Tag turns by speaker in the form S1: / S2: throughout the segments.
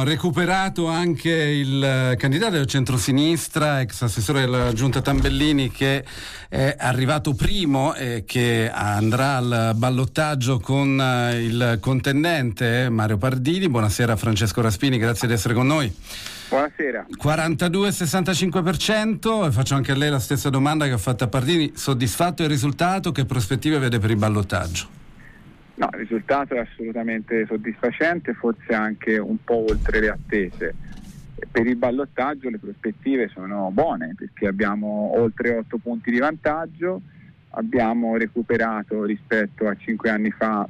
S1: recuperato anche il candidato del centrosinistra, ex assessore della Giunta Tambellini, che è arrivato primo e che andrà al ballottaggio con il contendente Mario Pardini. Buonasera Francesco Raspini, grazie di essere con noi.
S2: Buonasera.
S1: 42,65%, e faccio anche a lei la stessa domanda che ho fatto a Pardini: soddisfatto del risultato? Che prospettive vede per il ballottaggio?
S2: No, il risultato è assolutamente soddisfacente, forse anche un po' oltre le attese. Per il ballottaggio le prospettive sono buone, perché abbiamo oltre 8 punti di vantaggio, abbiamo recuperato rispetto a 5 anni fa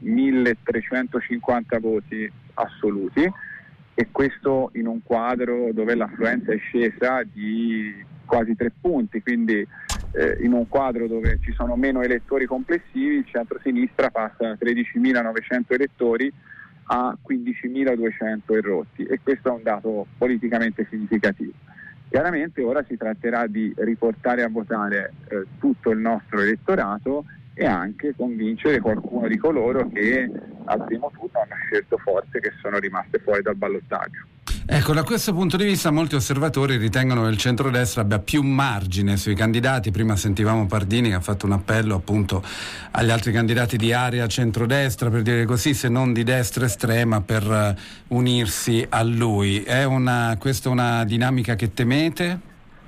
S2: 1350 voti assoluti, e questo in un quadro dove l'affluenza è scesa di quasi 3 punti, quindi in un quadro dove ci sono meno elettori complessivi, il centro-sinistra passa da 13.900 elettori a 15.200 erotti, e questo è un dato politicamente significativo. Chiaramente ora si tratterà di riportare a votare tutto il nostro elettorato e anche convincere qualcuno di coloro che al primo turno hanno scelto forze che sono rimaste fuori dal ballottaggio.
S1: Ecco, da questo punto di vista molti osservatori ritengono che il centrodestra abbia più margine sui candidati. Prima sentivamo Pardini che ha fatto un appello appunto agli altri candidati di area centrodestra, per dire così, se non di destra estrema, per unirsi a lui. Questa è una dinamica che temete?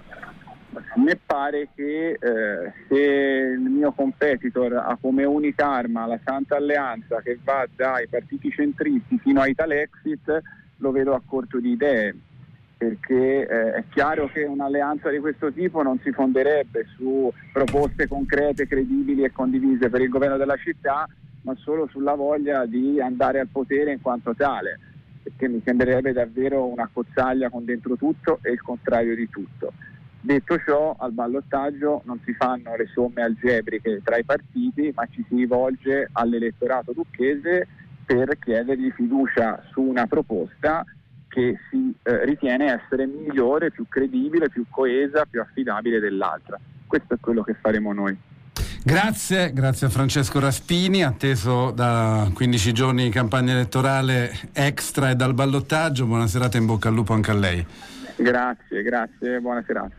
S2: A me pare che se il mio competitor ha come unica arma la Santa Alleanza, che va dai partiti centristi fino ai Italexit, lo vedo a corto di idee, perché è chiaro che un'alleanza di questo tipo non si fonderebbe su proposte concrete, credibili e condivise per il governo della città, ma solo sulla voglia di andare al potere in quanto tale, perché mi sembrerebbe davvero una cozzaglia con dentro tutto e il contrario di tutto. Detto ciò, al ballottaggio non si fanno le somme algebriche tra i partiti, ma ci si rivolge all'elettorato lucchese per chiedergli fiducia su una proposta che si ritiene essere migliore, più credibile, più coesa, più affidabile dell'altra. Questo è quello che faremo noi.
S1: Grazie a Francesco Raspini, atteso da 15 giorni di campagna elettorale extra e dal ballottaggio. Buona serata, in bocca al lupo anche a lei.
S2: Grazie, buona serata.